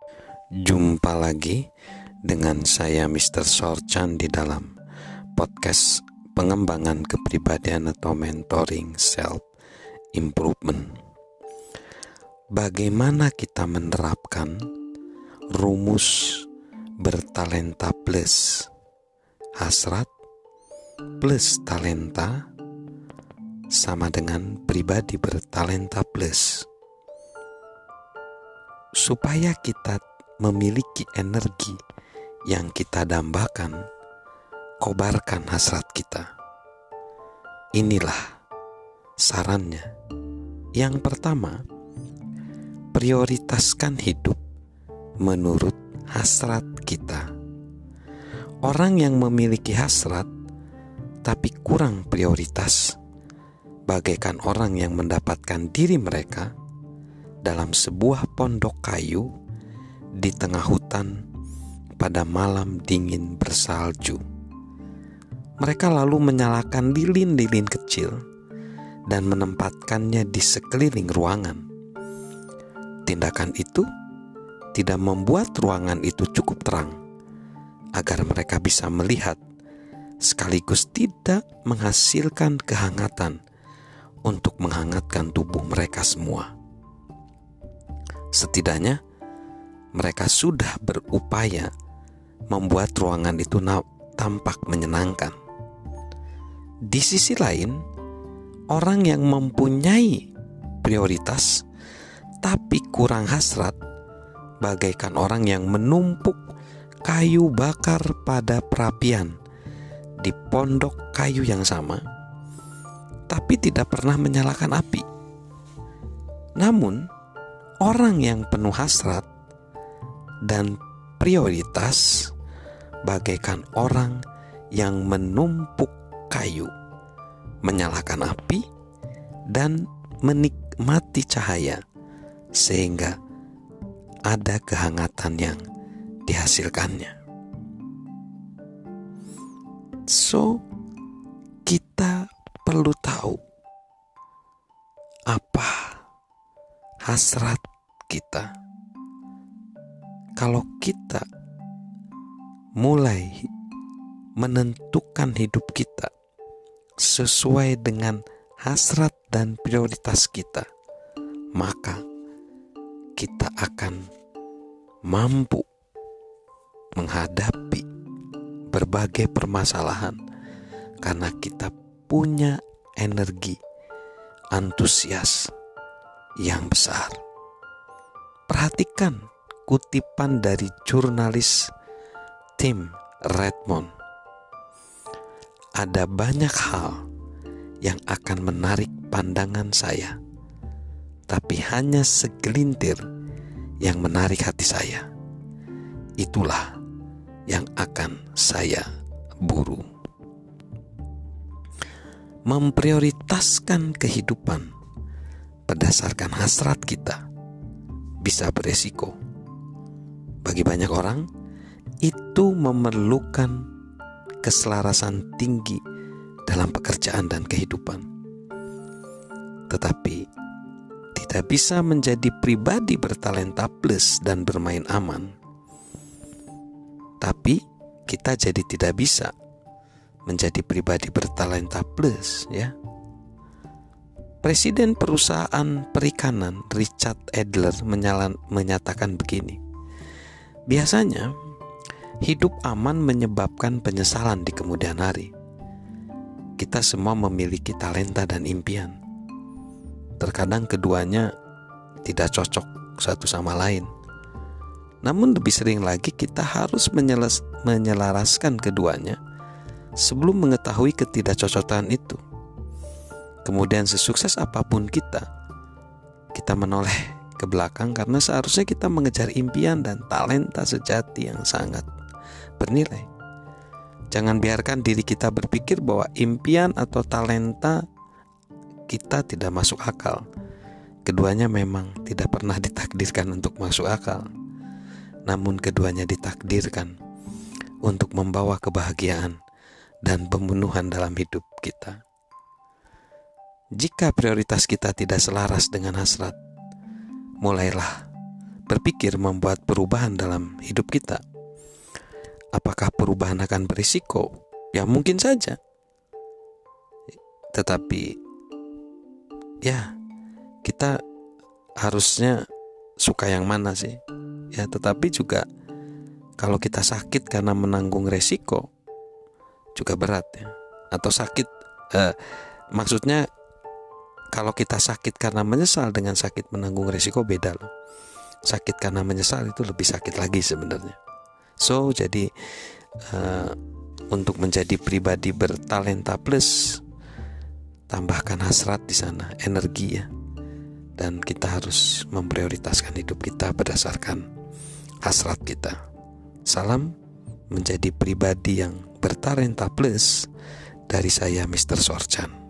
Jumpa lagi dengan saya Mr. Sorchan di dalam podcast pengembangan kepribadian atau mentoring self improvement. Bagaimana kita menerapkan rumus bertalenta plus hasrat plus talenta sama dengan pribadi bertalenta plus, supaya kita memiliki energi yang kita dambakan, kobarkan hasrat kita. Inilah sarannya. Yang pertama, prioritaskan hidup menurut hasrat kita. Orang yang memiliki hasrat tapi kurang prioritas, bagaikan orang yang mendapatkan diri mereka dalam sebuah pondok kayu di tengah hutan pada malam dingin bersalju. Mereka lalu menyalakan lilin-lilin kecil dan menempatkannya di sekeliling ruangan. Tindakan itu tidak membuat ruangan itu cukup terang agar mereka bisa melihat, sekaligus tidak menghasilkan kehangatan untuk menghangatkan tubuh mereka semua. Setidaknya mereka sudah berupaya membuat ruangan itu tampak menyenangkan. Di sisi lain, orang yang mempunyai prioritas tapi kurang hasrat, bagaikan orang yang menumpuk kayu bakar pada perapian di pondok kayu yang sama, tapi tidak pernah menyalakan api. Namun, orang yang penuh hasrat dan prioritas bagaikan orang yang menumpuk kayu, menyalakan api, dan menikmati cahaya sehingga ada kehangatan yang dihasilkannya. So, kita perlu tahu apa hasrat kita. Kalau kita mulai menentukan hidup kita sesuai dengan hasrat dan prioritas kita, maka kita akan mampu menghadapi berbagai permasalahan karena kita punya energi antusias yang besar. Perhatikan kutipan dari jurnalis Tim Redmond. Ada banyak hal yang akan menarik pandangan saya, tapi hanya segelintir yang menarik hati saya. Itulah yang akan saya buru. Memprioritaskan kehidupan berdasarkan hasrat kita bisa beresiko. Bagi banyak orang, itu memerlukan keselarasan tinggi dalam pekerjaan dan kehidupan. Tetapi tidak bisa menjadi pribadi bertalenta plus dan bermain aman. Tapi kita jadi tidak bisa menjadi pribadi bertalenta plus, ya. Presiden perusahaan perikanan Richard Adler menyatakan begini: biasanya hidup aman menyebabkan penyesalan di kemudian hari. Kita semua memiliki talenta dan impian. Terkadang keduanya tidak cocok satu sama lain. Namun lebih sering lagi kita harus menyelaraskan keduanya sebelum mengetahui ketidakcocokan itu. Kemudian sesukses apapun kita menoleh ke belakang karena seharusnya kita mengejar impian dan talenta sejati yang sangat bernilai. Jangan biarkan diri kita berpikir bahwa impian atau talenta kita tidak masuk akal. Keduanya memang tidak pernah ditakdirkan untuk masuk akal, namun keduanya ditakdirkan untuk membawa kebahagiaan dan pemenuhan dalam hidup kita. Jika prioritas kita tidak selaras dengan hasrat, mulailah berpikir membuat perubahan dalam hidup kita. Apakah perubahan akan berisiko? Ya mungkin saja. Tetapi ya kita harusnya suka yang mana sih? Ya, tetapi juga kalau kita sakit karena menanggung resiko juga berat ya. Atau sakit maksudnya kalau kita sakit karena menyesal dengan sakit menanggung resiko beda loh. Sakit karena menyesal itu lebih sakit lagi sebenarnya. So jadi untuk menjadi pribadi bertalenta plus, tambahkan hasrat di sana, energi ya. Dan kita harus memprioritaskan hidup kita berdasarkan hasrat kita. Salam menjadi pribadi yang bertalenta plus dari saya, Mr. Sorchan.